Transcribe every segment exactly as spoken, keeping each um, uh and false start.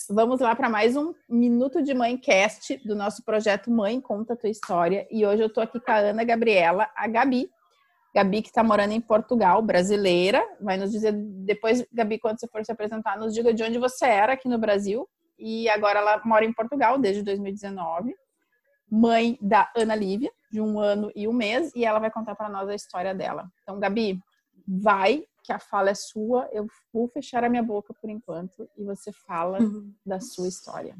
Vamos lá para mais um Minuto de Mãe Cast do nosso projeto Mãe Conta a Tua História. E hoje eu estou aqui com a Ana Gabriela, a Gabi. Gabi que está morando em Portugal, brasileira. Vai nos dizer depois, Gabi, quando você for se apresentar, nos diga de onde você era aqui no Brasil. E agora ela mora em Portugal desde dois mil e dezenove. Mãe da Ana Lívia, de um ano e um mês. E ela vai contar para nós a história dela. Então, Gabi, vai, que a fala é sua. Eu vou fechar a minha boca por enquanto e você fala uhum. da sua história.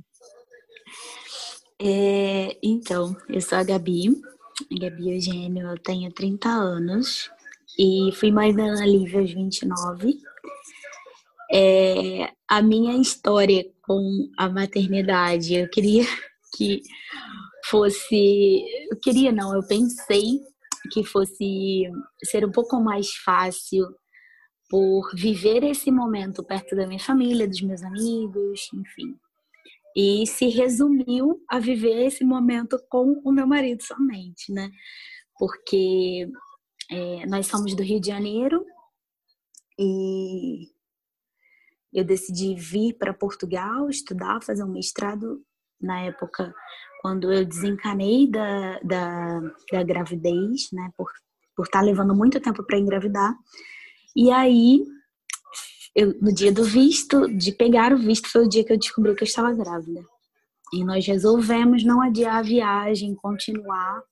É, então, eu sou a Gabi, a Gabi Eugênio, eu tenho trinta anos e fui mãe da Ana Lívia aos vinte e nove. É, a minha história com a maternidade, eu queria que fosse... Eu queria não, eu pensei que fosse ser um pouco mais fácil por viver esse momento perto da minha família, dos meus amigos, enfim. E se resumiu a viver esse momento com o meu marido somente, né? Porque é, nós somos do Rio de Janeiro e eu decidi vir para Portugal estudar, fazer um mestrado na época quando eu desencanei da, da, da gravidez, né? Por por estar levando muito tempo para engravidar. E aí, eu, no dia do visto, de pegar o visto, foi o dia que eu descobri que eu estava grávida. E nós resolvemos não adiar a viagem, continuar.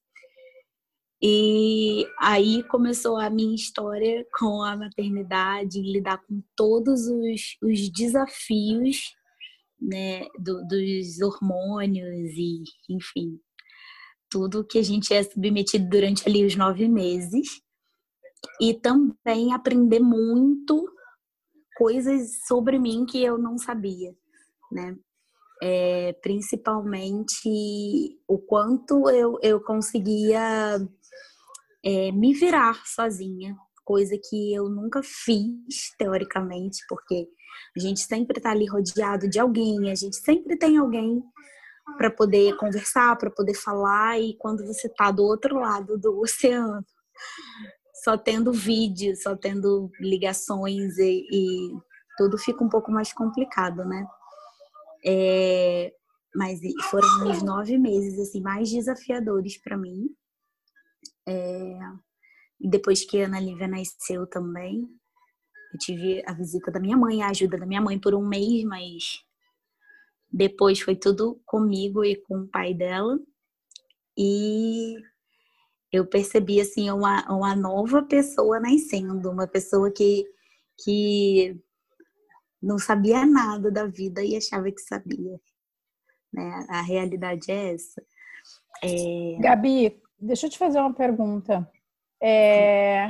E aí começou a minha história com a maternidade, lidar com todos os, os desafios, né, do, dos hormônios e, enfim, tudo que a gente é submetido durante ali os nove meses. E também aprender muito coisas sobre mim que eu não sabia, né? É, principalmente o quanto eu, eu conseguia é, me virar sozinha, coisa que eu nunca fiz, teoricamente, porque a gente sempre está ali rodeado de alguém, a gente sempre tem alguém para poder conversar, para poder falar, e quando você está do outro lado do oceano, só tendo vídeo, só tendo ligações e, e tudo fica um pouco mais complicado, né? É, mas foram uns nove meses assim, mais desafiadores para mim. É, e depois que a Ana Lívia nasceu também, eu tive a visita da minha mãe, a ajuda da minha mãe por um mês, mas depois foi tudo comigo e com o pai dela. E eu percebi assim uma, uma nova pessoa nascendo, uma pessoa que, que não sabia nada da vida e achava que sabia, né? A realidade é essa. É... Gabi, deixa eu te fazer uma pergunta. É...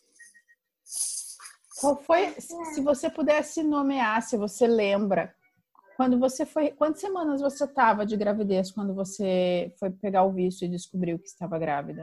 Qual foi, se você pudesse nomear, se você lembra, quando você foi, quantas semanas você estava de gravidez quando você foi pegar o visto e descobriu que estava grávida?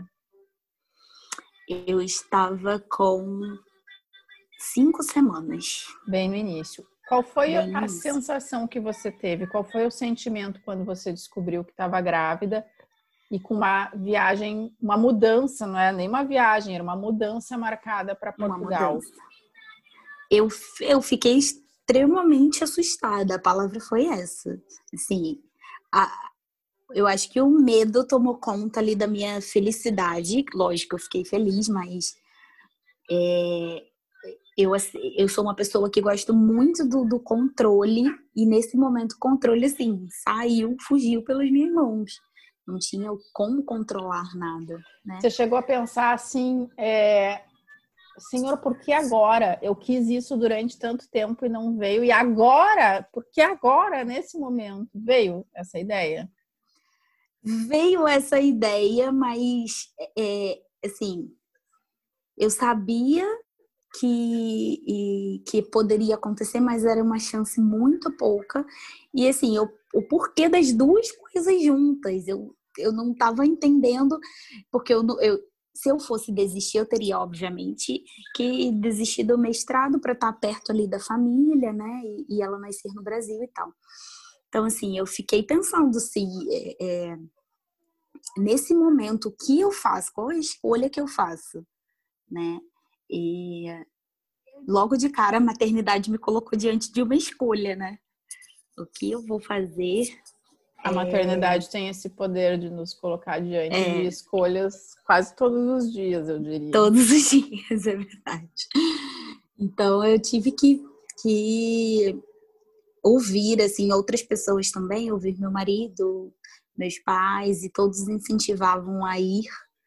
Eu estava com cinco semanas. Bem no início. Qual foi Bem a início. sensação que você teve? Qual foi o sentimento quando você descobriu que estava grávida e com uma viagem, uma mudança, não é nem uma viagem, era uma mudança marcada para Portugal? Uma mudança. Eu, eu fiquei extremamente assustada, a palavra foi essa. Assim, a, eu acho que o medo tomou conta ali da minha felicidade. Lógico, eu fiquei feliz, mas é, eu, eu sou uma pessoa que gosto muito do, do controle, e nesse momento o controle, assim, saiu, fugiu pelas minhas mãos. Não tinha como controlar nada, né? Você chegou a pensar assim, é, Senhor, por que agora? Eu quis isso durante tanto tempo e não veio, e agora? Por que agora, nesse momento? Veio essa ideia? Veio essa ideia, mas, é, assim, eu sabia que, e, que poderia acontecer, mas era uma chance muito pouca. E, assim, eu, o porquê das duas coisas juntas, eu, eu não estava entendendo, porque eu, eu, se eu fosse desistir, eu teria, obviamente, que desistir do mestrado para estar perto ali da família, né? E, e ela nascer no Brasil e tal. Então, assim, eu fiquei pensando se... É, é, nesse momento, o que eu faço? Qual a escolha que eu faço? Né? E logo de cara a maternidade me colocou diante de uma escolha, né? O que eu vou fazer? A maternidade é... tem esse poder de nos colocar diante é... de escolhas quase todos os dias, eu diria. Todos os dias, é verdade. Então, eu tive que, que ouvir, assim, outras pessoas também, ouvir meu marido, meus pais, e todos incentivavam a ir.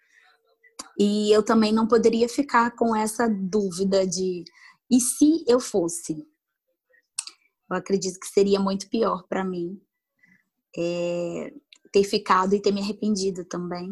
E eu também não poderia ficar com essa dúvida de, e se eu fosse? Eu acredito que seria muito pior para mim é, ter ficado e ter me arrependido também.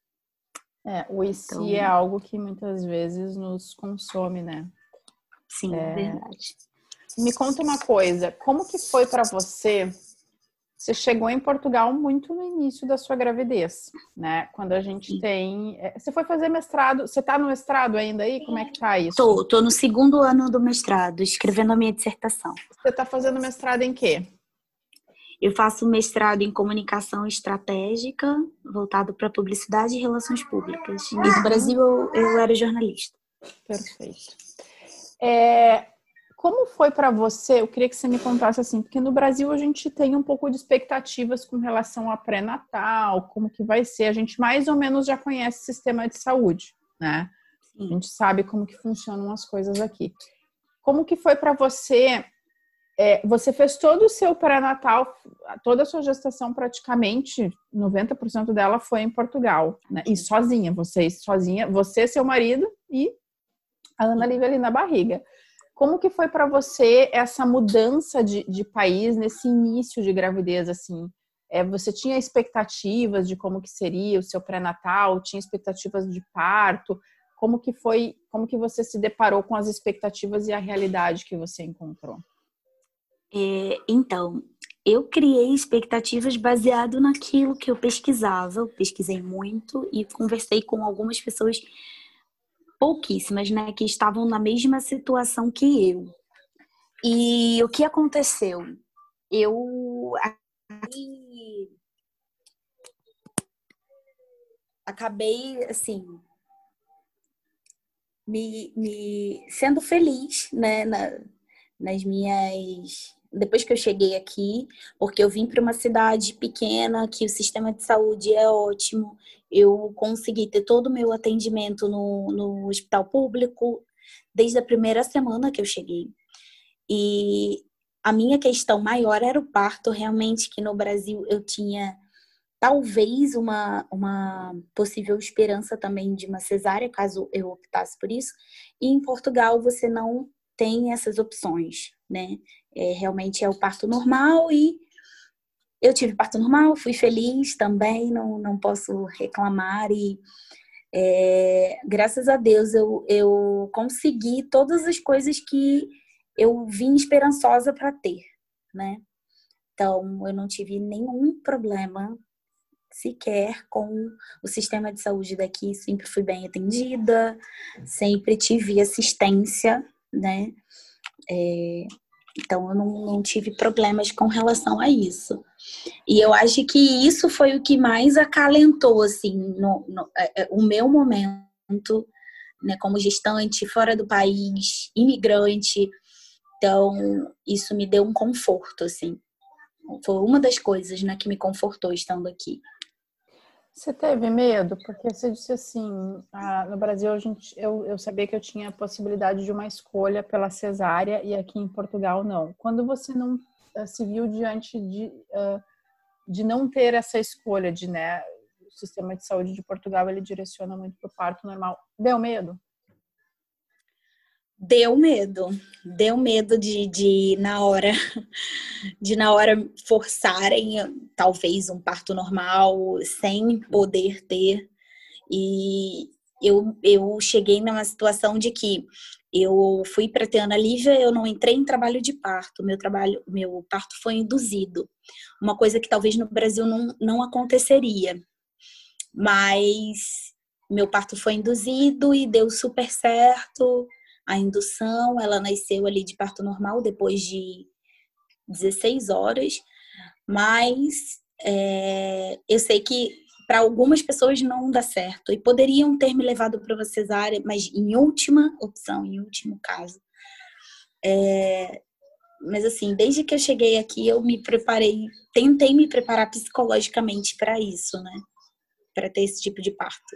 É, o e se então, é algo que muitas vezes nos consome, né? Sim, é verdade. Me conta uma coisa, como que foi para você? Você chegou em Portugal muito no início da sua gravidez, né? Quando a gente Sim. tem... Você foi fazer mestrado, você tá no mestrado ainda aí? Como é que tá isso? Tô, tô no segundo ano do mestrado, escrevendo a minha dissertação. Você tá fazendo mestrado em quê? Eu faço mestrado em comunicação estratégica, voltado para publicidade e relações públicas. E no Brasil eu, eu era jornalista. Perfeito. É... Como foi para você? Eu queria que você me contasse assim, porque no Brasil a gente tem um pouco de expectativas com relação a pré-natal, como que vai ser. A gente mais ou menos já conhece o sistema de saúde, né? Sim. A gente sabe como que funcionam as coisas aqui. Como que foi para você? É, você fez todo o seu pré-natal, toda a sua gestação praticamente, noventa por cento dela foi em Portugal, né? E sozinha, vocês sozinha, você, seu marido e a Ana Lívia ali na barriga. Como que foi para você essa mudança de, de país nesse início de gravidez, assim? É, você tinha expectativas de como que seria o seu pré-natal? Tinha expectativas de parto? Como que foi, como que você se deparou com as expectativas e a realidade que você encontrou? É, então, eu criei expectativas baseado naquilo que eu pesquisava. Eu pesquisei muito e conversei com algumas pessoas pouquíssimas, né, que estavam na mesma situação que eu. E o que aconteceu? Eu acabei, assim, me, me sendo feliz, né, na, nas minhas... Depois que eu cheguei aqui, porque eu vim para uma cidade pequena, que o sistema de saúde é ótimo, eu consegui ter todo o meu atendimento no, no hospital público desde a primeira semana que eu cheguei. E a minha questão maior era o parto, realmente, que no Brasil eu tinha talvez uma, uma possível esperança também de uma cesárea, caso eu optasse por isso. E em Portugal você não tem essas opções, né? É, realmente é o parto normal e eu tive parto normal, fui feliz também, não, não posso reclamar e é, graças a Deus eu, eu consegui todas as coisas que eu vim esperançosa para ter, né? Então eu não tive nenhum problema sequer com o sistema de saúde daqui, sempre fui bem atendida, sempre tive assistência, né? É, então eu não, não tive problemas com relação a isso. E eu acho que isso foi o que mais acalentou, assim, no, no, é, o meu momento, né, como gestante, fora do país, imigrante. Então, isso me deu um conforto, assim. Foi uma das coisas, né, que me confortou estando aqui. Você teve medo? Porque você disse assim, ah, no Brasil a gente, eu, eu sabia que eu tinha a possibilidade de uma escolha pela cesárea e aqui em Portugal não. Quando você não uh, se viu diante de, uh, de não ter essa escolha, de, né, o sistema de saúde de Portugal ele direciona muito para o parto normal, deu medo? Deu medo, deu medo de, de na hora, de na hora forçarem talvez um parto normal sem poder ter. E eu, eu cheguei numa situação de que eu fui para ter Ana Lívia, eu não entrei em trabalho de parto, meu trabalho, meu parto foi induzido, uma coisa que talvez no Brasil não, não aconteceria, mas meu parto foi induzido e deu super certo. A indução, ela nasceu ali de parto normal depois de dezesseis horas, mas é, eu sei que para algumas pessoas não dá certo e poderiam ter me levado para uma cesárea, mas em última opção, em último caso, é, mas assim, desde que eu cheguei aqui, eu me preparei, tentei me preparar psicologicamente para isso, né? Para ter esse tipo de parto.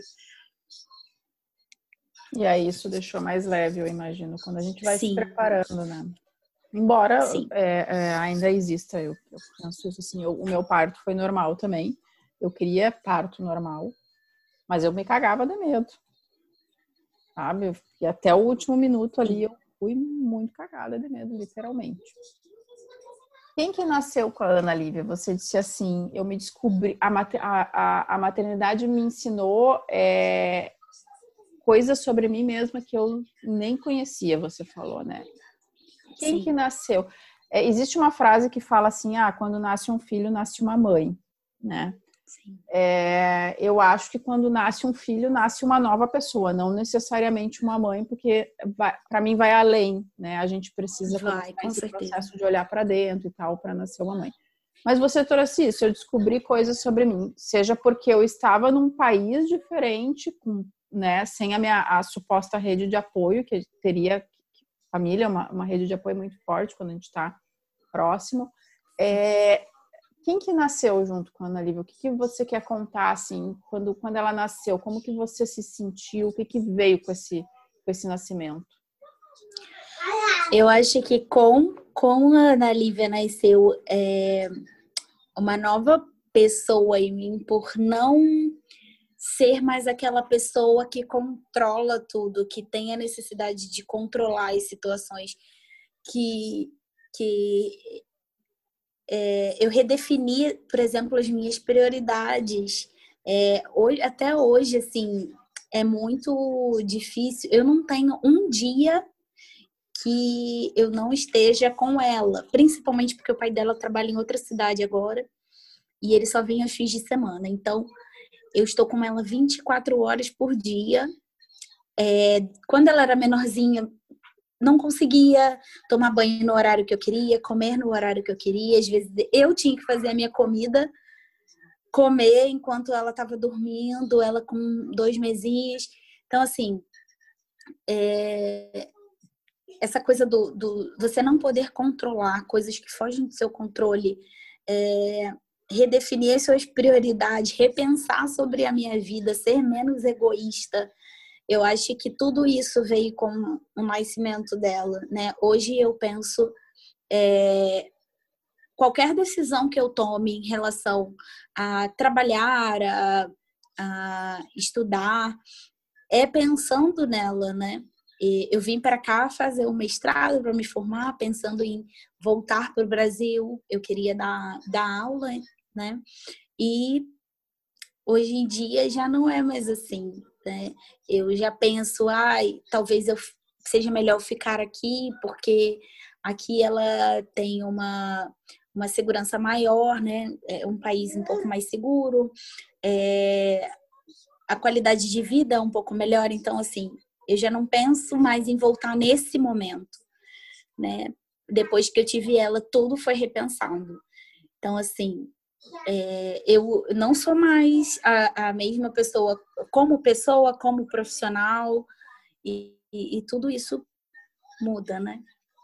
E aí isso deixou mais leve, eu imagino, quando a gente vai Sim. se preparando, né? Embora é, é, ainda exista, eu, eu penso isso assim, eu, o meu parto foi normal também. Eu queria parto normal, mas eu me cagava de medo. Sabe? E até o último minuto ali eu fui muito cagada de medo, literalmente. Quem que nasceu com a Ana Lívia? Você disse assim, eu me descobri, a, a, a maternidade me ensinou é, coisas sobre mim mesma que eu nem conhecia, você falou, né? Quem Sim. que nasceu? É, existe uma frase que fala assim, ah, quando nasce um filho, nasce uma mãe, né? Sim. É, eu acho que quando nasce um filho, nasce uma nova pessoa, não necessariamente uma mãe, porque para mim vai além, né? A gente precisa vai, com esse certeza. processo de olhar para dentro e tal, para nascer uma mãe. Mas você trouxe isso, eu descobri coisas sobre mim, seja porque eu estava num país diferente, com, né, sem a minha a suposta rede de apoio, que teria família, uma, uma rede de apoio muito forte quando a gente está próximo. É, quem que nasceu junto com a Ana Lívia? O que, que você quer contar, assim, quando, quando ela nasceu? Como que você se sentiu? O que, que veio com esse, com esse nascimento? Eu acho que com, com a Ana Lívia nasceu é, uma nova pessoa em mim, por não ser mais aquela pessoa que controla tudo, que tem a necessidade de controlar as situações, que, que é, eu redefini, por exemplo, as minhas prioridades. É, hoje, até hoje, assim, é muito difícil. Eu não tenho um dia que eu não esteja com ela, principalmente porque o pai dela trabalha em outra cidade agora e ele só vem aos fins de semana. Então, eu estou com ela vinte e quatro horas por dia. É, quando ela era menorzinha, não conseguia tomar banho no horário que eu queria, comer no horário que eu queria. Às vezes eu tinha que fazer a minha comida, comer enquanto ela estava dormindo, ela com dois mesinhos. Então, assim, é, essa coisa do, do você não poder controlar coisas que fogem do seu controle, é, redefinir as suas prioridades, repensar sobre a minha vida, ser menos egoísta. Eu acho que tudo isso veio com o nascimento dela, né? Hoje eu penso é, qualquer decisão que eu tome em relação a trabalhar, a, a estudar, é pensando nela, né? E eu vim para cá fazer um mestrado para me formar, pensando em voltar para o Brasil. Eu queria dar, dar aula, né? E hoje em dia já não é mais assim, né? Eu já penso, ai, talvez eu seja melhor ficar aqui, porque aqui ela tem uma, uma segurança maior, né? É um país um pouco mais seguro, é, a qualidade de vida é um pouco melhor. Então, assim, eu já não penso mais em voltar nesse momento, né? Depois que eu tive ela, tudo foi repensado. Então, assim, é, eu não sou mais a, a mesma pessoa como pessoa, como profissional, e, e, e tudo isso muda, né?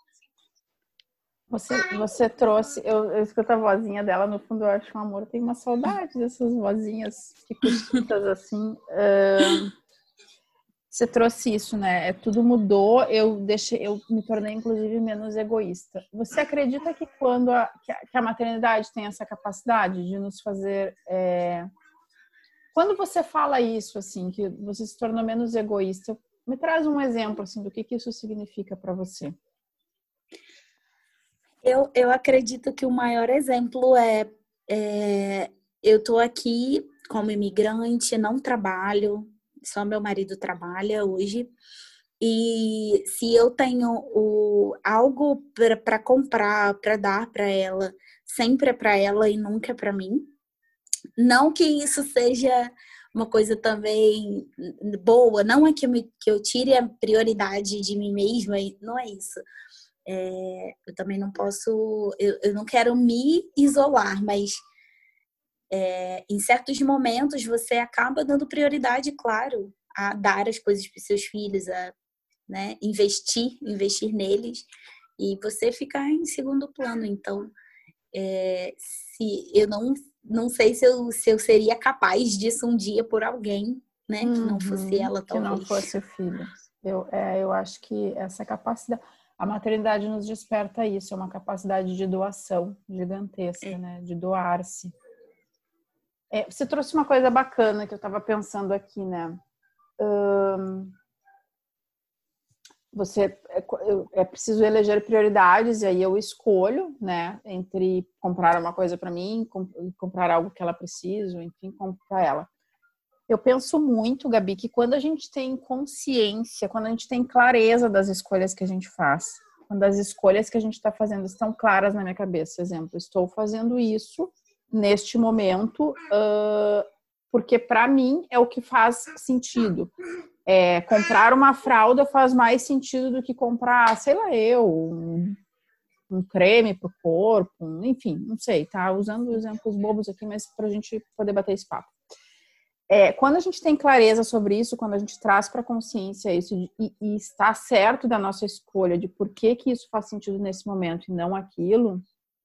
Você, você trouxe, eu, eu escuto a vozinha dela, no fundo eu acho um amor, tem uma saudade dessas vozinhas picuditas assim. Uh, você trouxe isso, né? É, tudo mudou, eu deixei, eu me tornei inclusive menos egoísta. Você acredita que quando a, que a, que a maternidade tem essa capacidade de nos fazer é... Quando você fala isso, assim, que você se tornou menos egoísta, me traz um exemplo assim do que, que isso significa para você. Eu, eu acredito que o maior exemplo é, é eu tô aqui como imigrante, não trabalho, só meu marido trabalha hoje. E se eu tenho o, algo para comprar, para dar para ela, sempre é para ela e nunca é para mim. Não que isso seja uma coisa também boa, não é que eu, me, que eu tire a prioridade de mim mesma, não é isso. É, eu também não posso, eu, eu não quero me isolar, mas é, em certos momentos você acaba dando prioridade, claro, a dar as coisas para os seus filhos, a, né, investir, investir neles. e você ficar em segundo plano. Então, é, se eu não, não sei se eu, se eu seria capaz disso um dia por alguém, né? Que não fosse Uhum, ela, que não talvez. fosse o filho. Eu, é, eu acho que essa capacidade, a maternidade nos desperta isso, é uma capacidade de doação gigantesca, É. né? De doar-se. É, você trouxe uma coisa bacana que eu estava pensando aqui, né? Hum, você é, é preciso eleger prioridades e aí eu escolho, né? Entre comprar uma coisa para mim, comp, comprar algo que ela precisa, enfim, comprar ela. Eu penso muito, Gabi, que quando a gente tem consciência, quando a gente tem clareza das escolhas que a gente faz, quando as escolhas que a gente está fazendo estão claras na minha cabeça, exemplo, estou fazendo isso neste momento uh, porque para mim é o que faz sentido. É, comprar uma fralda faz mais sentido do que comprar, sei lá, eu, um, um creme para o corpo, um, enfim, não sei, tá? Usando exemplos bobos aqui, mas para a gente poder bater esse papo. É, quando a gente tem clareza sobre isso, quando a gente traz para a consciência isso e, e está certo da nossa escolha de por que, que isso faz sentido nesse momento e não aquilo,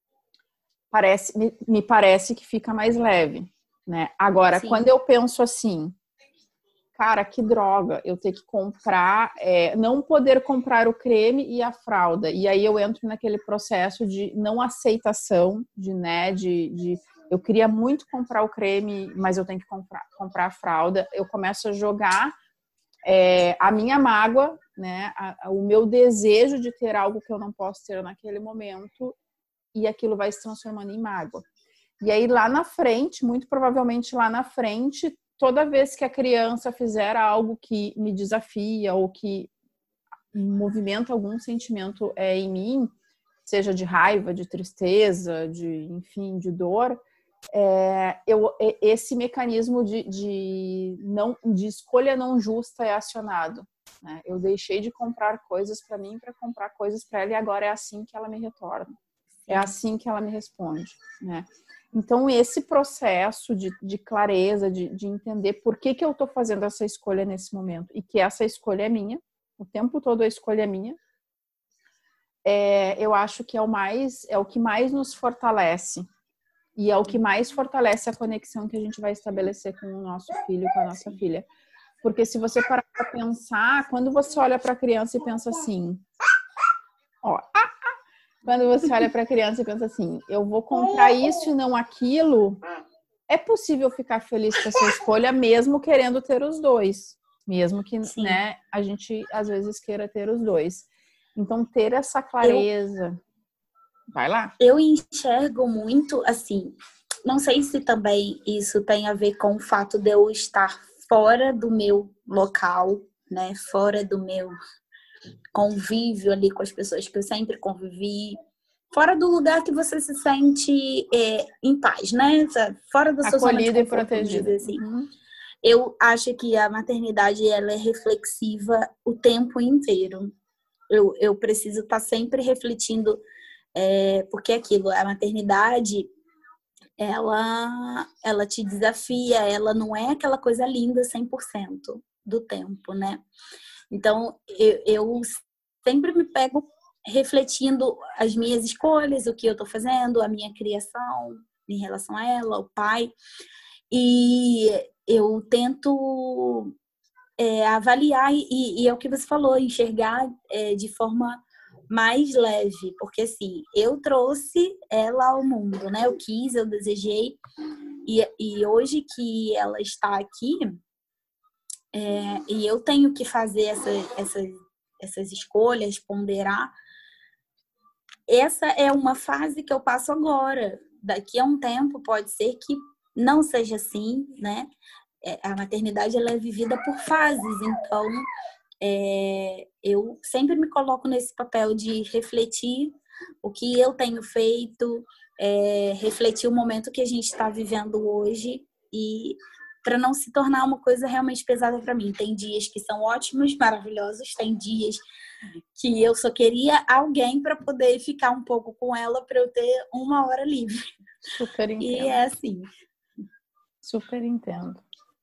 parece, me, me parece que fica mais leve, né? Agora, Sim. quando eu penso assim, cara, que droga, eu ter que comprar, é, não poder comprar o creme e a fralda, e aí eu entro naquele processo de não aceitação, de, né, de, de eu queria muito comprar o creme, mas eu tenho que comprar, comprar a fralda. Eu começo a jogar é, a minha mágoa, né, a, a, o meu desejo de ter algo que eu não posso ter naquele momento, e aquilo vai se transformando em mágoa. E aí lá na frente, muito provavelmente lá na frente, toda vez que a criança fizer algo que me desafia ou que movimenta algum sentimento é, em mim, seja de raiva, de tristeza, de, enfim, de dor, é, eu, esse mecanismo de, de, não, de escolha não justa é acionado. Né? Eu deixei de comprar coisas para mim para comprar coisas para ela e agora é assim que ela me retorna. É assim que ela me responde. Né? Então, esse processo de, de clareza, de, de entender por que, que eu estou fazendo essa escolha nesse momento e que essa escolha é minha, o tempo todo a escolha é minha, é, eu acho que é o, mais, é o que mais nos fortalece. E é o que mais fortalece a conexão que a gente vai estabelecer com o nosso filho, com a nossa filha. Porque se você parar para pensar, quando você olha para a criança e pensa assim, ó, quando você olha para a criança e pensa assim, eu vou comprar isso e não aquilo, é possível ficar feliz com essa escolha mesmo querendo ter os dois. Mesmo que, né, a gente às vezes queira ter os dois. Então, ter essa clareza... Eu... Vai lá. Eu enxergo muito, assim, não sei se também isso tem a ver com o fato de eu estar fora do meu local, né? Fora do meu convívio ali com as pessoas que eu sempre convivi. Fora do lugar que você se sente é, em paz, né? Fora da sua zona de Acolhida e conforto, vamos protegida. dizer assim. Uhum. Eu acho que a maternidade ela é reflexiva o tempo inteiro. Eu, eu preciso estar sempre refletindo, é, porque aquilo, a maternidade, ela, ela te desafia, ela não é aquela coisa linda cem por cento do tempo, né? Então, eu, eu sempre me pego refletindo as minhas escolhas, o que eu estou fazendo, a minha criação em relação a ela, ao pai. E eu tento é, avaliar, e, e é o que você falou, enxergar é, de forma mais leve, porque assim, eu trouxe ela ao mundo, né? Eu quis, eu desejei, e, e hoje que ela está aqui, é, e eu tenho que fazer essa, essa, essas escolhas, ponderar, essa é uma fase que eu passo agora. Daqui a um tempo pode ser que não seja assim, né? A maternidade ela é vivida por fases, então é, eu sempre me coloco nesse papel de refletir o que eu tenho feito, é, refletir o momento que a gente está vivendo hoje e para não se tornar uma coisa realmente pesada para mim. Tem dias que são ótimos, maravilhosos, tem dias que eu só queria alguém para poder ficar um pouco com ela para eu ter uma hora livre. Super entendo. E é assim. Super entendo.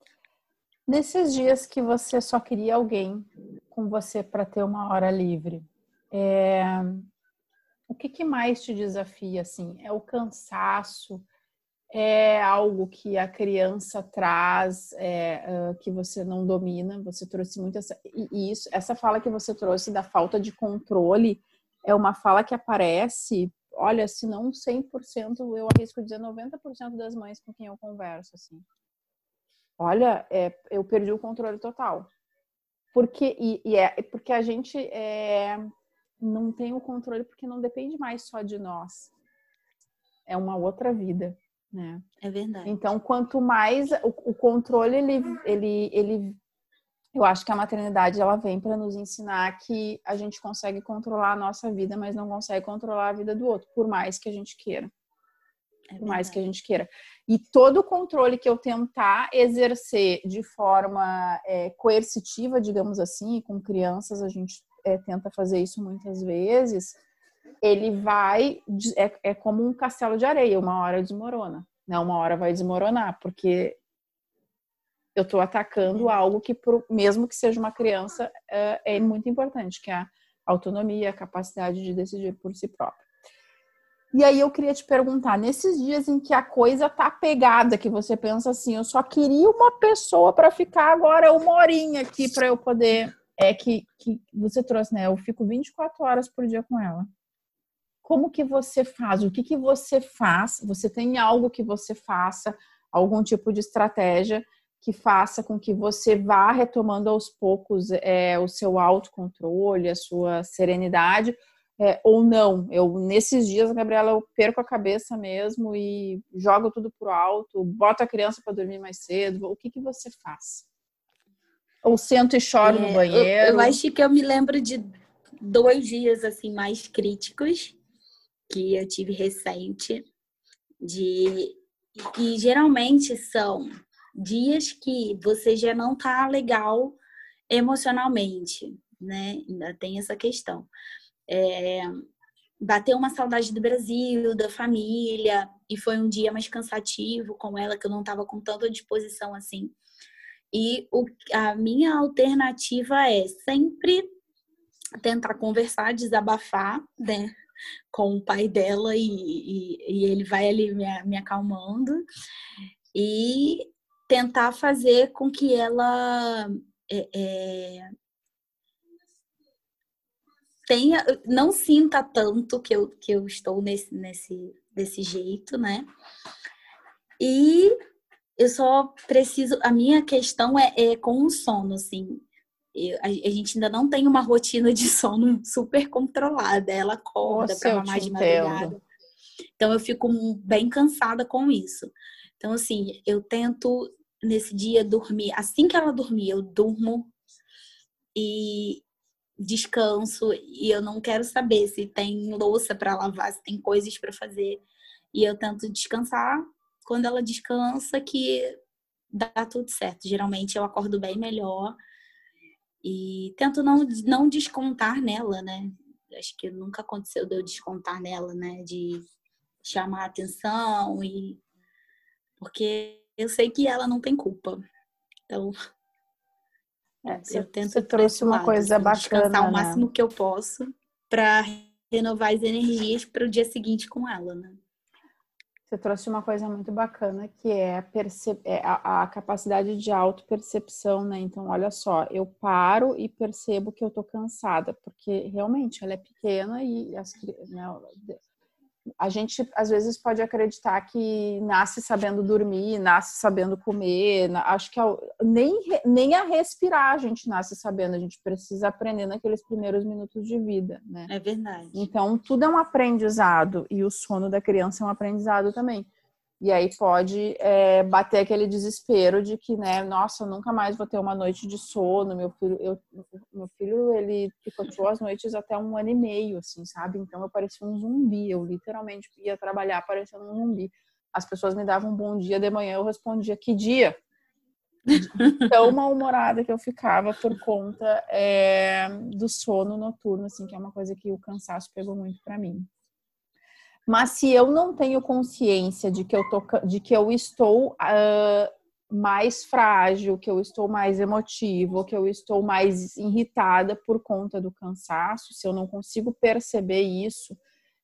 Nesses dias que você só queria alguém com você para ter uma hora livre, é... O que, que mais te desafia, assim? É o cansaço? É algo que a criança traz, é, uh, que você não domina? Você trouxe muito essa... E isso, essa fala que você trouxe da falta de controle é uma fala que aparece, olha, se não cem por cento, eu arrisco dizer noventa por cento das mães com quem eu converso, assim. Olha, é, eu perdi o controle total. Porque, e, e é, porque a gente é, não tem o controle porque não depende mais só de nós. É uma outra vida, né? É verdade. Então, quanto mais o, o controle, ele, ele, ele, eu acho que a maternidade ela vem para nos ensinar que a gente consegue controlar a nossa vida, mas não consegue controlar a vida do outro, por mais que a gente queira. É Por mais verdade. que a gente queira. E todo o controle que eu tentar exercer de forma é, coercitiva, digamos assim, com crianças, a gente é, tenta fazer isso muitas vezes, ele vai, é, é como um castelo de areia, uma hora desmorona. Não, uma hora vai desmoronar, porque eu estou atacando algo que, pro, mesmo que seja uma criança, é, é muito importante, que é a autonomia, a capacidade de decidir por si própria. E aí eu queria te perguntar, nesses dias em que a coisa tá pegada, que você pensa assim, eu só queria uma pessoa para ficar agora uma horinha aqui para eu poder, é que, que você trouxe, né? Eu fico vinte e quatro horas por dia com ela. Como que você faz? O que que você faz? Você tem algo que você faça, algum tipo de estratégia que faça com que você vá retomando aos poucos é, o seu autocontrole, a sua serenidade, é, ou não? Eu, nesses dias, Gabriela, eu perco a cabeça mesmo e jogo tudo pro alto, boto a criança para dormir mais cedo. O que que você faz? Ou sento e choro É, no eu, banheiro? eu acho que eu me lembro de dois dias assim mais críticos que eu tive recente, de e geralmente são dias que você já não tá legal emocionalmente, né? Ainda tem essa questão. É, bateu uma saudade do Brasil, da família, e foi um dia mais cansativo com ela, que eu não tava com tanta disposição assim. E o, a minha alternativa é sempre tentar conversar, desabafar, né, com o pai dela e, e, e ele vai ali me, me acalmando e tentar fazer com que ela é, é, tenha, não sinta tanto que eu, que eu estou nesse, nesse, desse jeito, né? E eu só preciso, a minha questão é, é com o sono, assim. Eu, a, a gente ainda não tem uma rotina de sono super controlada. Ela acorda Nossa, para eu te mamar de entendo. madrugada. Então eu fico bem cansada com isso. Então, assim, eu tento nesse dia dormir. Assim que ela dormir, eu durmo e descanso. E eu não quero saber se tem louça para lavar, se tem coisas para fazer. E eu tento descansar. Quando ela descansa, que dá tudo certo. Geralmente eu acordo bem melhor. E tento não, não descontar nela, né? Acho que nunca aconteceu de eu descontar nela, né? De chamar a atenção e... Porque eu sei que ela não tem culpa. Então, É, eu, você, eu tento você ir para esse trouxe uma lado, coisa assim, descansar bacana, o né? máximo que eu posso para renovar as energias para o dia seguinte com ela, né? Você trouxe uma coisa muito bacana, que é a, perce... é a, a capacidade de autopercepção, né? Então, olha só, eu paro e percebo que eu tô cansada, porque realmente ela é pequena e as, né, a gente às vezes pode acreditar que nasce sabendo dormir, nasce sabendo comer, acho que nem, nem a respirar a gente nasce sabendo, a gente precisa aprender naqueles primeiros minutos de vida, né? É verdade. Então, tudo é um aprendizado e o sono da criança é um aprendizado também. E aí pode é, bater aquele desespero de que, né, nossa, eu nunca mais vou ter uma noite de sono. Meu filho, eu, meu filho ele picoteou as noites até um ano e meio, assim, sabe? Então eu parecia um zumbi, eu literalmente ia trabalhar parecendo um zumbi. As pessoas me davam um bom dia, de manhã eu respondia, que dia? De tão mal-humorada que eu ficava por conta é, do sono noturno, assim, que é uma coisa que o cansaço pegou muito pra mim. Mas se eu não tenho consciência de que eu, tô, de que eu estou uh, mais frágil, que eu estou mais emotivo, que eu estou mais irritada por conta do cansaço, se eu não consigo perceber isso,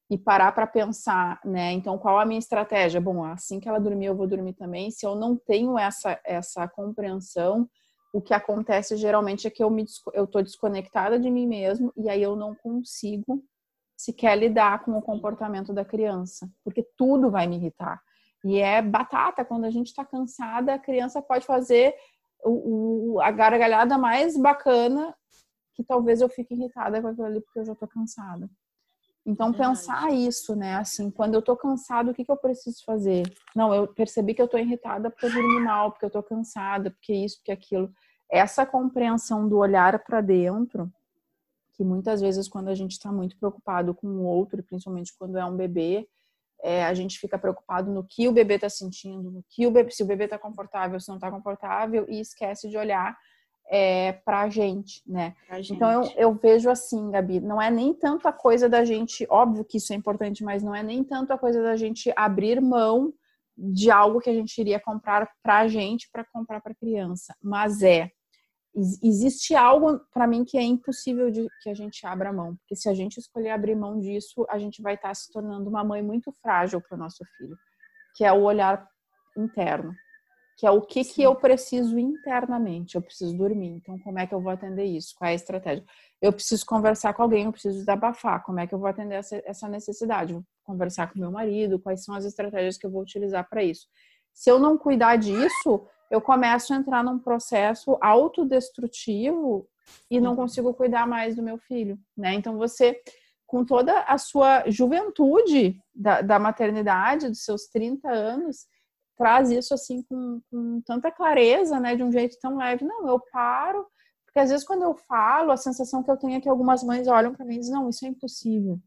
e parar para pensar, né? Então, qual a minha estratégia? Bom, assim que ela dormir, eu vou dormir também. Se eu não tenho essa, essa compreensão, o que acontece geralmente é que eu me eu tô desconectada de mim mesmo e aí eu não consigo sequer lidar com o comportamento da criança, porque tudo vai me irritar. E é batata, quando a gente está cansada, a criança pode fazer o, o, a gargalhada mais bacana, que talvez eu fique irritada com aquilo ali porque eu já tô cansada. Então, pensar isso, né? Assim, quando eu tô cansada, o que que eu preciso fazer? Não, eu percebi que eu tô irritada porque eu dormi mal, porque eu tô cansada, porque isso, porque aquilo. Essa compreensão do olhar para dentro, que muitas vezes quando a gente está muito preocupado com o outro, principalmente quando é um bebê, é, a gente fica preocupado no que o bebê está sentindo, no que o bebê, se o bebê está confortável, se não está confortável, e esquece de olhar é, para a gente, né? Pra gente. Então eu, eu vejo assim, Gabi, não é nem tanto a coisa da gente, óbvio que isso é importante, mas não é nem tanto a coisa da gente abrir mão de algo que a gente iria comprar para a gente para comprar para a criança, mas é existe algo para mim que é impossível de que a gente abra mão, porque se a gente escolher abrir mão disso, a gente vai estar se tornando uma mãe muito frágil para o nosso filho, que é o olhar interno, que é o que, que eu preciso internamente. Eu preciso dormir, então como é que eu vou atender isso? Qual é a estratégia? Eu preciso conversar com alguém, eu preciso desabafar, como é que eu vou atender essa, essa necessidade? Vou conversar com meu marido, quais são as estratégias que eu vou utilizar para isso? Se eu não cuidar disso, eu começo a entrar num processo autodestrutivo e não consigo cuidar mais do meu filho, né? Então você, com toda a sua juventude da, da maternidade, dos seus trinta anos, traz isso assim com, com tanta clareza, né? De um jeito tão leve. Não, eu paro, porque às vezes quando eu falo, a sensação que eu tenho é que algumas mães olham para mim e dizem, não, isso é impossível.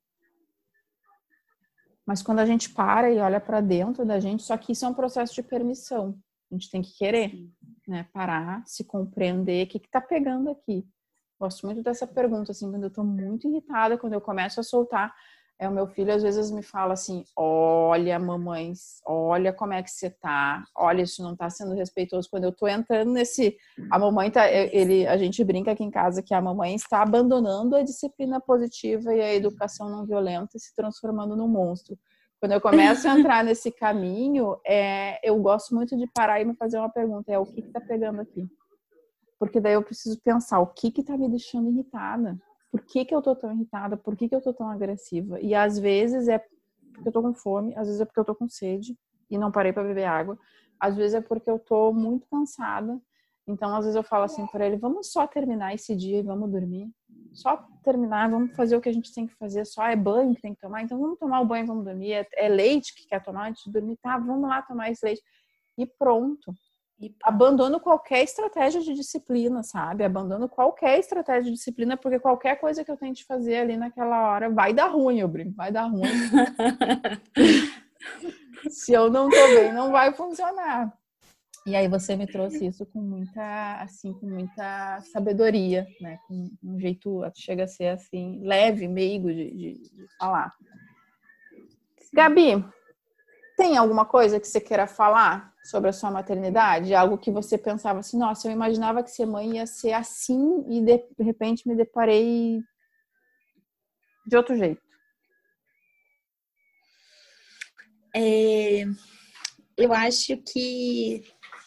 Mas quando a gente para e olha para dentro da gente, só que isso é um processo de permissão. A gente tem que querer, né? Parar, se compreender, o que que tá pegando aqui? Gosto muito dessa pergunta, assim, quando eu tô muito irritada, quando eu começo a soltar, é o meu filho às vezes me fala assim, olha, mamãe, olha como é que você tá, olha, isso não tá sendo respeitoso. Quando eu tô entrando nesse, a mamãe tá, ele, a gente brinca aqui em casa que a mamãe está abandonando a disciplina positiva e a educação não violenta e se transformando num monstro. Quando eu começo a entrar nesse caminho, é, eu gosto muito de parar e me fazer uma pergunta, é o que que tá pegando aqui? Porque daí eu preciso pensar, o que que tá me deixando irritada? Por que que eu tô tão irritada? Por que que eu tô tão agressiva? E às vezes é porque eu tô com fome, às vezes é porque eu tô com sede e não parei para beber água, às vezes é porque eu tô muito cansada. Então, às vezes eu falo assim para ele, vamos só terminar esse dia e vamos dormir. Só terminar, vamos fazer o que a gente tem que fazer, só é banho que tem que tomar, então vamos tomar o banho e vamos dormir. É, é leite que quer tomar antes de dormir, tá, vamos lá tomar esse leite. E pronto. E abandono qualquer estratégia de disciplina, sabe? Abandono qualquer estratégia de disciplina, porque qualquer coisa que eu tente fazer ali naquela hora vai dar ruim, eu brinco, vai dar ruim. Se eu não tô bem, não vai funcionar. E aí você me trouxe isso com muita, assim, com muita sabedoria, né? Com um jeito, chega a ser assim, leve, meigo de, de, de falar. Gabi, tem alguma coisa que você queira falar sobre a sua maternidade? Algo que você pensava assim, nossa, eu imaginava que ser mãe ia ser assim e de repente me deparei de outro jeito. É, eu acho que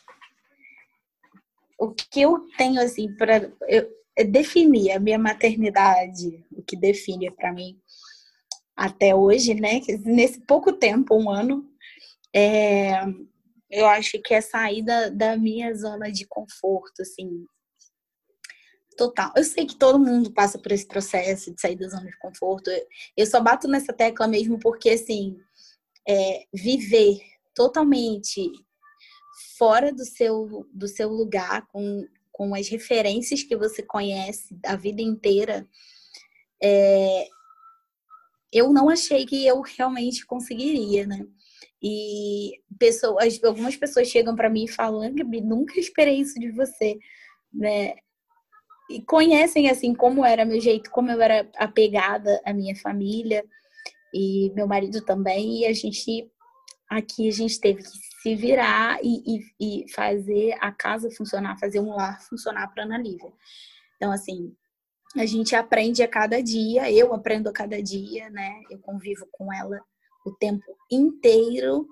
o que eu tenho assim para definir a minha maternidade, o que define para mim até hoje, né? Nesse pouco tempo, um ano, é, eu acho que é sair da, da minha zona de conforto, assim, total. Eu sei que todo mundo passa por esse processo de sair da zona de conforto. Eu só bato nessa tecla mesmo porque, assim, é, viver totalmente fora do seu, do seu lugar, com, com as referências que você conhece a vida inteira, é, eu não achei que eu realmente conseguiria, né? E pessoas, algumas pessoas chegam para mim e falam, Gabi, nunca esperei isso de você, né? E conhecem, assim, como era meu jeito, como eu era apegada à minha família e meu marido também, e a gente, aqui a gente teve que se virar e, e, e fazer a casa funcionar, fazer um lar funcionar para Ana Lívia. Então, assim, A gente aprende a cada dia, eu aprendo a cada dia, né? Eu convivo com ela o tempo inteiro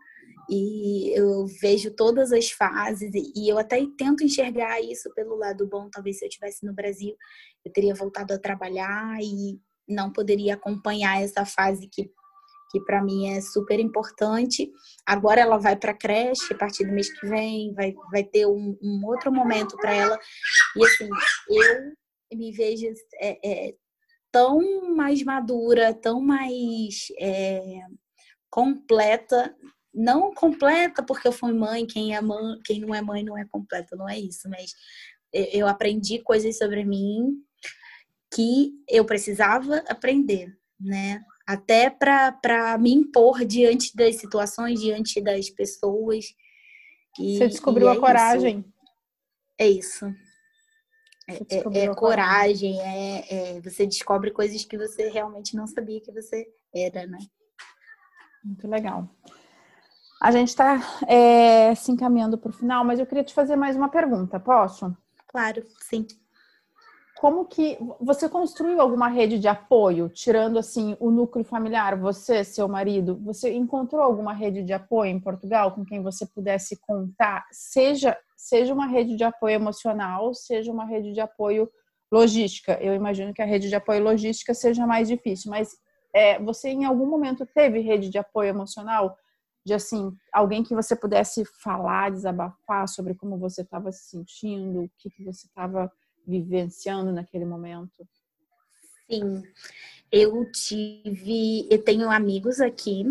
e eu vejo todas as fases e eu até tento enxergar isso pelo lado bom. Talvez se eu estivesse no Brasil, eu teria voltado a trabalhar e não poderia acompanhar essa fase que, que para mim é super importante. Agora ela vai para a creche a partir do mês que vem, vai, vai ter um, um outro momento para ela. E assim, eu me vejo é, é, tão mais madura, tão mais é, completa. Não completa porque eu fui mãe, quem é mãe, quem não é mãe não é completa, não é isso, mas eu aprendi coisas sobre mim que eu precisava aprender, né? Até para me impor diante das situações, diante das pessoas. E, Você descobriu e é a coragem. Isso. É isso. É, é, é coragem, é, é, você descobre coisas que você realmente não sabia que você era, né? Muito legal. A gente está é, se encaminhando para o final, mas eu queria te fazer mais uma pergunta, posso? Claro, sim. Como que você construiu alguma rede de apoio, tirando assim o núcleo familiar, você, seu marido, você encontrou alguma rede de apoio em Portugal com quem você pudesse contar, seja seja uma rede de apoio emocional, seja uma rede de apoio logística? Eu imagino que a rede de apoio logística seja mais difícil, mas é, você em algum momento teve rede de apoio emocional? De assim, alguém que você pudesse falar, desabafar sobre como você estava se sentindo, o que, que você estava vivenciando naquele momento? Sim, eu tive, eu tenho amigos aqui,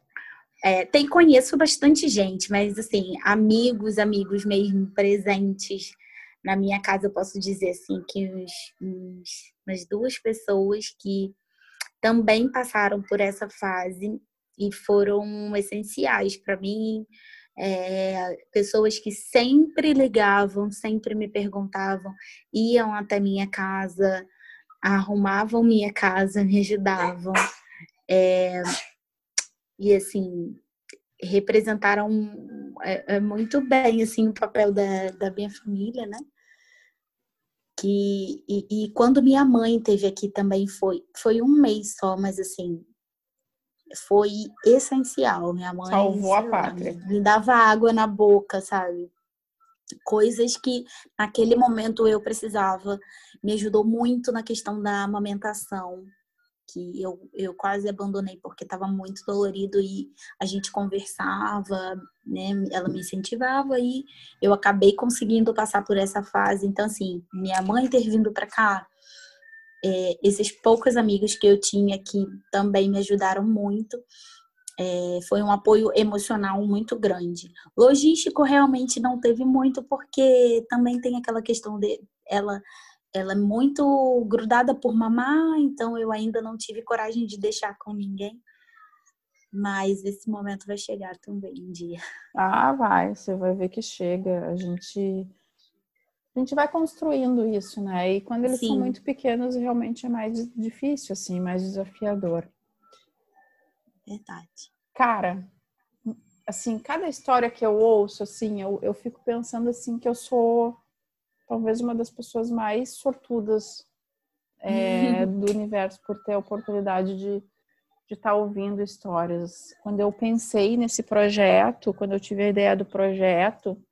é, tem, conheço bastante gente, mas assim, amigos, amigos mesmo presentes na minha casa, eu posso dizer assim, que uns, uns, umas duas pessoas que também passaram por essa fase e foram essenciais para mim. É, pessoas que sempre ligavam, sempre me perguntavam, iam até minha casa, arrumavam minha casa, me ajudavam. É, e assim, representaram é, é muito bem assim, o papel da, da minha família, né? Que, e, e quando minha mãe teve aqui também foi, foi um mês só, mas assim, foi essencial. Minha mãe, Salvou a sei lá, pátria. me, me dava água na boca, sabe? Coisas que naquele momento eu precisava. Me ajudou muito na questão da amamentação, que eu, eu quase abandonei porque estava muito dolorido e a gente conversava, né? Ela me incentivava e eu acabei conseguindo passar por essa fase. Então, assim, minha mãe ter vindo para cá, é, esses poucos amigos que eu tinha que também me ajudaram muito. É, foi um apoio emocional muito grande. Logístico realmente não teve muito, porque também tem aquela questão de ela, ela é muito grudada por mamar, então eu ainda não tive coragem de deixar com ninguém. Mas esse momento vai chegar também um dia. Ah, vai, você vai ver que chega. A gente, a gente vai construindo isso, né? E quando eles são Sim. muito pequenos, realmente é mais difícil, assim, mais desafiador. Verdade. Cara, assim, cada história que eu ouço, assim, eu, eu fico pensando, assim, que eu sou talvez uma das pessoas mais sortudas é, do universo por ter a oportunidade de de estar ouvindo histórias. Quando eu pensei nesse projeto, quando eu tive a ideia do projeto,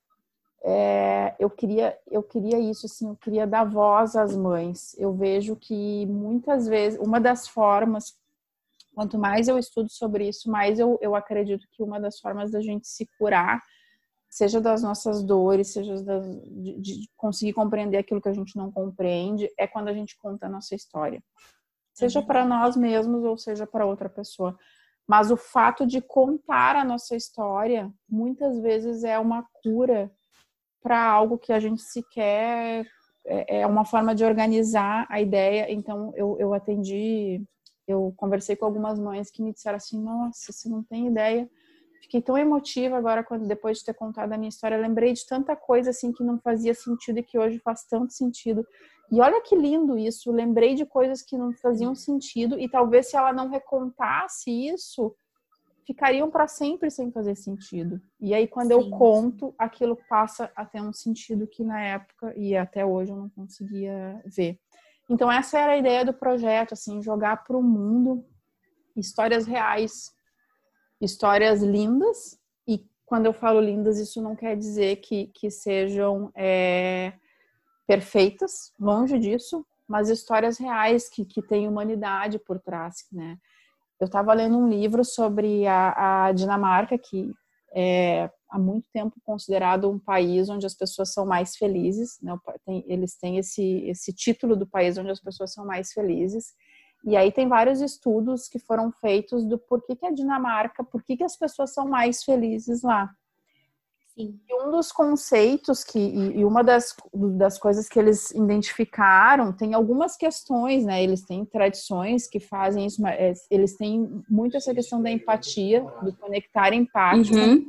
é, eu queria, eu queria isso, assim, eu queria dar voz às mães. Eu vejo que muitas vezes, uma das formas, quanto mais eu estudo sobre isso, mais eu, eu acredito que uma das formas da gente se curar, seja das nossas dores, seja das, de, de conseguir compreender aquilo que a gente não compreende, é quando a gente conta a nossa história. Seja para nós mesmos ou seja para outra pessoa. Mas o fato de contar a nossa história, muitas vezes é uma cura para algo que a gente sequer... É uma forma de organizar a ideia. Então, eu, eu atendi, eu conversei com algumas mães que me disseram assim, nossa, você não tem ideia. Fiquei tão emotiva agora, quando, depois de ter contado a minha história, eu lembrei de tanta coisa assim que não fazia sentido e que hoje faz tanto sentido. E olha que lindo isso, lembrei de coisas que não faziam sentido e talvez se ela não recontasse isso, ficariam para sempre sem fazer sentido. E aí quando sim, eu conto, sim, aquilo passa a ter um sentido que na época e até hoje eu não conseguia ver. Então essa era a ideia do projeto, assim, jogar para o mundo histórias reais, histórias lindas. E quando eu falo lindas, isso não quer dizer que, que sejam é, perfeitas, longe disso, mas histórias reais que, que têm humanidade por trás, né? Eu estava lendo um livro sobre a, a Dinamarca, que é há muito tempo considerado um país onde as pessoas são mais felizes, né? Tem, eles têm esse, esse título do país onde as pessoas são mais felizes. E aí tem vários estudos que foram feitos do porquê que a Dinamarca, por que as pessoas são mais felizes lá. Sim. E um dos conceitos que, e uma das, das coisas que eles identificaram, tem algumas questões, né? Eles têm tradições que fazem isso, mas eles têm muito essa questão da empatia, do conectar empático. Uhum.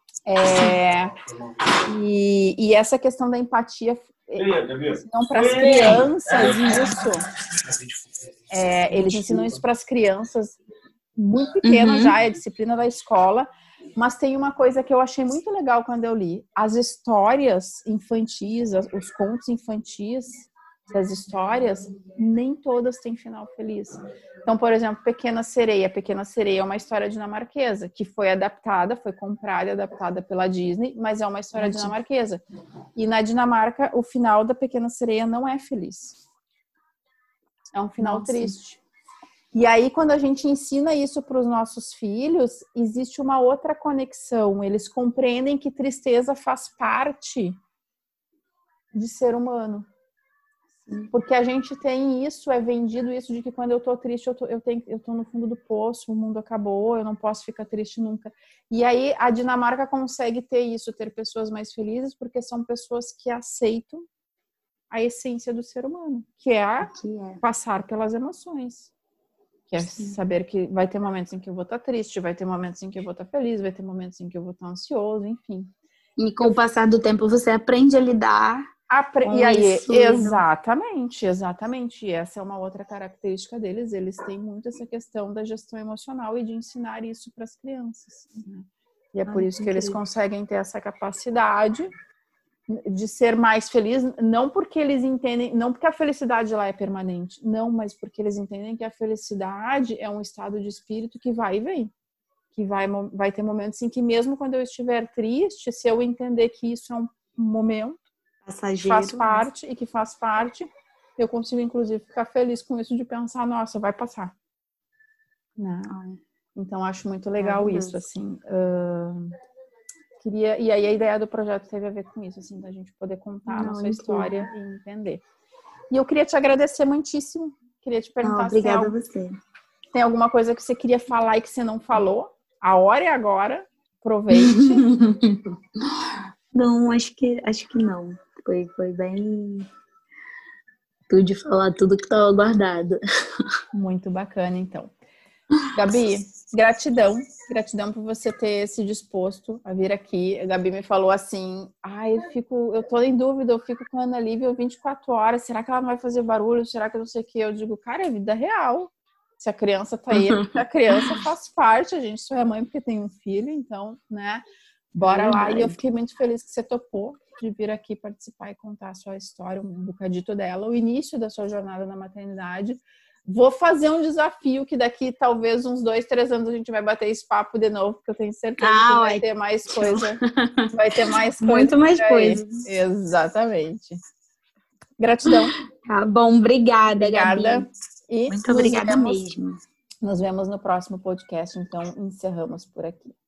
É, e, e essa questão da empatia, ensinam para as crianças isso. É, eles ensinam isso para as crianças muito pequenas uhum. já, é a disciplina da escola. Mas tem uma coisa que eu achei muito legal quando eu li. As histórias infantis, os contos infantis das histórias, nem todas têm final feliz. Então, por exemplo, Pequena Sereia. Pequena Sereia é uma história dinamarquesa, que foi adaptada, foi comprada e adaptada pela Disney, mas é uma história dinamarquesa. E na Dinamarca, o final da Pequena Sereia não é feliz. É um final Nossa. triste. E aí, quando a gente ensina isso para os nossos filhos, existe uma outra conexão. Eles compreendem que tristeza faz parte de ser humano. Porque a gente tem isso, é vendido isso de que quando eu tô triste, eu tô, eu tenho, eu tô no fundo do poço, o mundo acabou, eu não posso ficar triste nunca. E aí, a Dinamarca consegue ter isso, ter pessoas mais felizes, porque são pessoas que aceitam a essência do ser humano, que é, que é. passar pelas emoções. Que é Sim. saber que vai ter momentos em que eu vou estar triste, vai ter momentos em que eu vou estar feliz, vai ter momentos em que eu vou estar ansioso, enfim. E com eu... o passar do tempo você aprende a lidar Apre... com e aí, isso. Exatamente, exatamente. E essa é uma outra característica deles. Eles têm muito essa questão da gestão emocional e de ensinar isso para as crianças. Né? E é por Ai, isso que, que eles conseguem ter essa capacidade de ser mais feliz, não porque eles entendem, não porque a felicidade lá é permanente, não, mas porque eles entendem que a felicidade é um estado de espírito que vai e vem, que vai, vai ter momentos em que mesmo quando eu estiver triste, se eu entender que isso é um momento, passageiro, faz parte e que faz parte, eu consigo inclusive ficar feliz com isso de pensar, nossa, vai passar. Não. Então acho muito legal é isso, assim. Uh... Queria, e aí a ideia do projeto teve a ver com isso, assim, da gente poder contar Não, a nossa incrível. história e entender. E eu queria te agradecer muitíssimo. Queria te perguntar Não, obrigada se tem, a você. tem alguma coisa que você queria falar e que você não falou. A hora é agora. Aproveite. Não, acho que, acho que não. Foi, foi bem... Pude falar tudo que estava guardado. Muito bacana, então. Gabi, gratidão. Gratidão por você ter se disposto a vir aqui. A Gabi me falou assim, ai, eu fico, eu tô em dúvida, eu fico com a Ana Lívia vinte e quatro horas, será que ela não vai fazer barulho? Será que eu não sei o quê? Eu digo, cara, é vida real. Se a criança tá aí, a criança faz parte, a gente só é mãe porque tem um filho, então, né, bora é lá. E eu fiquei muito feliz que você topou de vir aqui participar e contar a sua história, um bocadito dela, o início da sua jornada na maternidade. Vou fazer um desafio que daqui talvez uns dois, três anos a gente vai bater esse papo de novo, porque eu tenho certeza ah, que vai ai. ter mais coisa. Vai ter mais coisa. Muito mais coisas. Exatamente. Gratidão. Tá bom, obrigada, Obrigada. Gabi. E Muito obrigada vemos, mesmo. Nos vemos no próximo podcast, então encerramos por aqui.